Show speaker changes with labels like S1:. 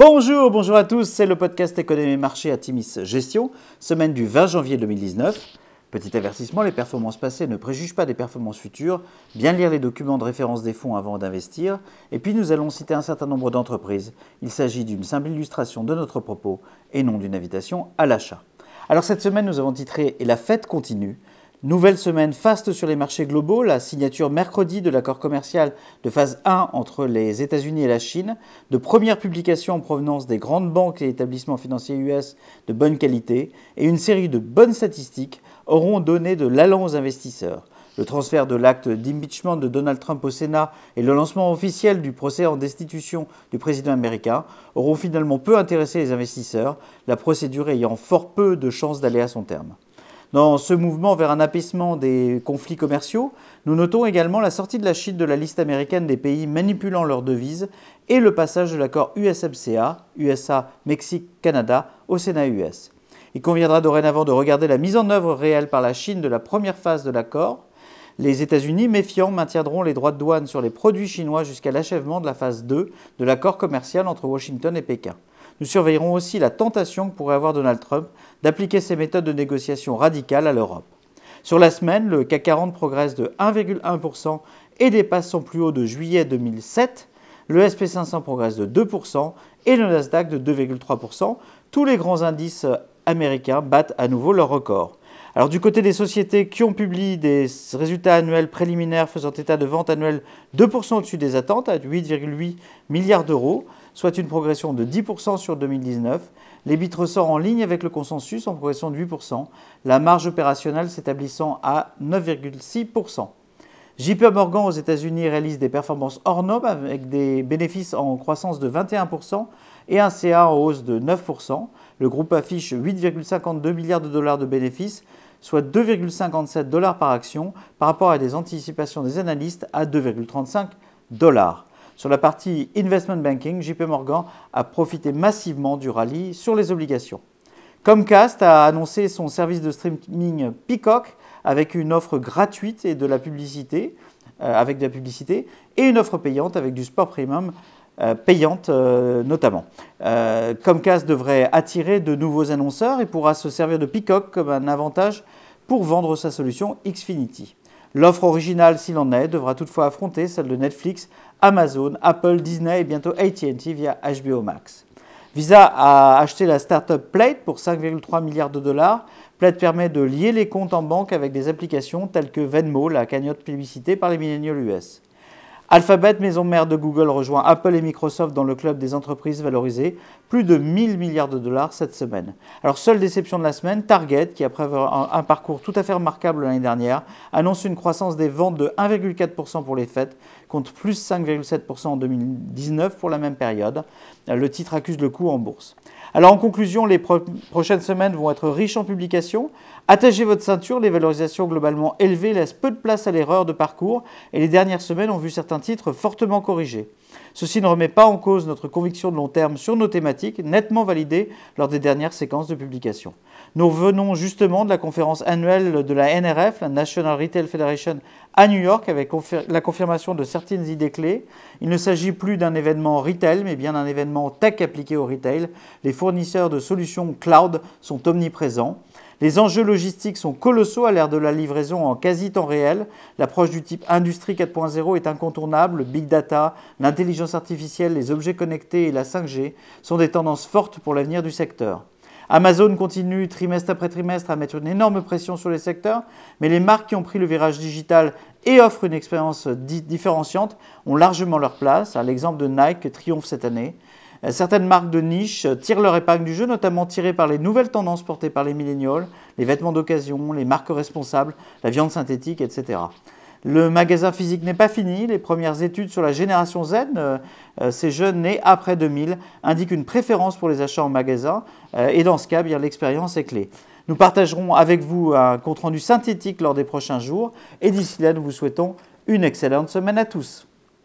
S1: Bonjour à tous, c'est le podcast Économie et Marché à Timis Gestion, semaine du 20 janvier 2019. Petit avertissement, les performances passées ne préjugent pas des performances futures. Bien lire les documents de référence des fonds avant d'investir. Et puis nous allons citer un certain nombre d'entreprises. Il s'agit d'une simple illustration de notre propos et non d'une invitation à l'achat. Alors cette semaine, nous avons titré « Et la fête continue ». Nouvelle semaine faste sur les marchés globaux, la signature mercredi de l'accord commercial de phase 1 entre les États-Unis et la Chine, de premières publications en provenance des grandes banques et établissements financiers US de bonne qualité et une série de bonnes statistiques auront donné de l'allant aux investisseurs. Le transfert de l'acte d'impeachment de Donald Trump au Sénat et le lancement officiel du procès en destitution du président américain auront finalement peu intéressé les investisseurs, la procédure ayant fort peu de chances d'aller à son terme. Dans ce mouvement vers un apaisement des conflits commerciaux, nous notons également la sortie de la Chine de la liste américaine des pays manipulant leurs devises et le passage de l'accord USMCA, USA, Mexique, Canada, au Sénat US. Il conviendra dorénavant de regarder la mise en œuvre réelle par la Chine de la première phase de l'accord. Les États-Unis, méfiants, maintiendront les droits de douane sur les produits chinois jusqu'à l'achèvement de la phase 2 de l'accord commercial entre Washington et Pékin. Nous surveillerons aussi la tentation que pourrait avoir Donald Trump d'appliquer ses méthodes de négociation radicales à l'Europe. Sur la semaine, le CAC 40 progresse de 1,1% et dépasse son plus haut de juillet 2007. Le SP500 progresse de 2% et le Nasdaq de 2,3%. Tous les grands indices américains battent à nouveau leur record. Alors du côté des sociétés qui ont publié des résultats annuels préliminaires faisant état de ventes annuelles 2% au-dessus des attentes à 8,8 milliards d'euros, soit une progression de 10% sur 2019. L'EBIT ressort en ligne avec le consensus en progression de 8%, la marge opérationnelle s'établissant à 9,6%. JP Morgan aux États-Unis réalise des performances hors normes avec des bénéfices en croissance de 21% et un CA en hausse de 9%. Le groupe affiche 8,52 milliards de dollars de bénéfices, soit 2,57 dollars par action par rapport à des anticipations des analystes à 2,35 dollars. Sur la partie investment banking, JP Morgan a profité massivement du rallye sur les obligations. Comcast a annoncé son service de streaming Peacock avec une offre gratuite et de la publicité, et une offre payante avec du sport premium payante notamment. Comcast devrait attirer de nouveaux annonceurs et pourra se servir de Peacock comme un avantage pour vendre sa solution Xfinity. L'offre originale, s'il en est, devra toutefois affronter celle de Netflix, Amazon, Apple, Disney et bientôt AT&T via HBO Max. Visa a acheté la startup Plate pour 5,3 milliards de dollars. Plate permet de lier les comptes en banque avec des applications telles que Venmo, la cagnotte plébiscitée par les milléniaux US. Alphabet, maison mère de Google, rejoint Apple et Microsoft dans le club des entreprises valorisées, plus de 1000 milliards de dollars cette semaine. Alors, seule déception de la semaine, Target, qui après un parcours tout à fait remarquable l'année dernière, annonce une croissance des ventes de 1,4% pour les fêtes, contre plus 5,7% en 2019 pour la même période. Le titre accuse le coup en bourse. Alors en conclusion, les prochaines semaines vont être riches en publications. Attachez votre ceinture, les valorisations globalement élevées laissent peu de place à l'erreur de parcours et les dernières semaines ont vu certains titres fortement corrigés. Ceci ne remet pas en cause notre conviction de long terme sur nos thématiques, nettement validées lors des dernières séquences de publication. Nous revenons justement de la conférence annuelle de la NRF, la National Retail Federation, à New York avec la confirmation de certaines idées clés. Il ne s'agit plus d'un événement retail, mais bien d'un événement tech appliqué au retail. Les fournisseurs de solutions cloud sont omniprésents. Les enjeux logistiques sont colossaux à l'ère de la livraison en quasi-temps réel. L'approche du type Industrie 4.0 est incontournable. Le big data, l'intelligence artificielle, les objets connectés et la 5G sont des tendances fortes pour l'avenir du secteur. Amazon continue trimestre après trimestre à mettre une énorme pression sur les secteurs, mais les marques qui ont pris le virage digital et offrent une expérience différenciante ont largement leur place. L'exemple de Nike triomphe cette année. Certaines marques de niche tirent leur épingle du jeu, notamment tirées par les nouvelles tendances portées par les millénials, les vêtements d'occasion, les marques responsables, la viande synthétique, etc. Le magasin physique n'est pas fini. Les premières études sur la génération Z, ces jeunes nés après 2000, indiquent une préférence pour les achats en magasin. Et dans ce cas, bien, l'expérience est clé. Nous partagerons avec vous un compte-rendu synthétique lors des prochains jours. Et d'ici là, nous vous souhaitons une excellente semaine à tous.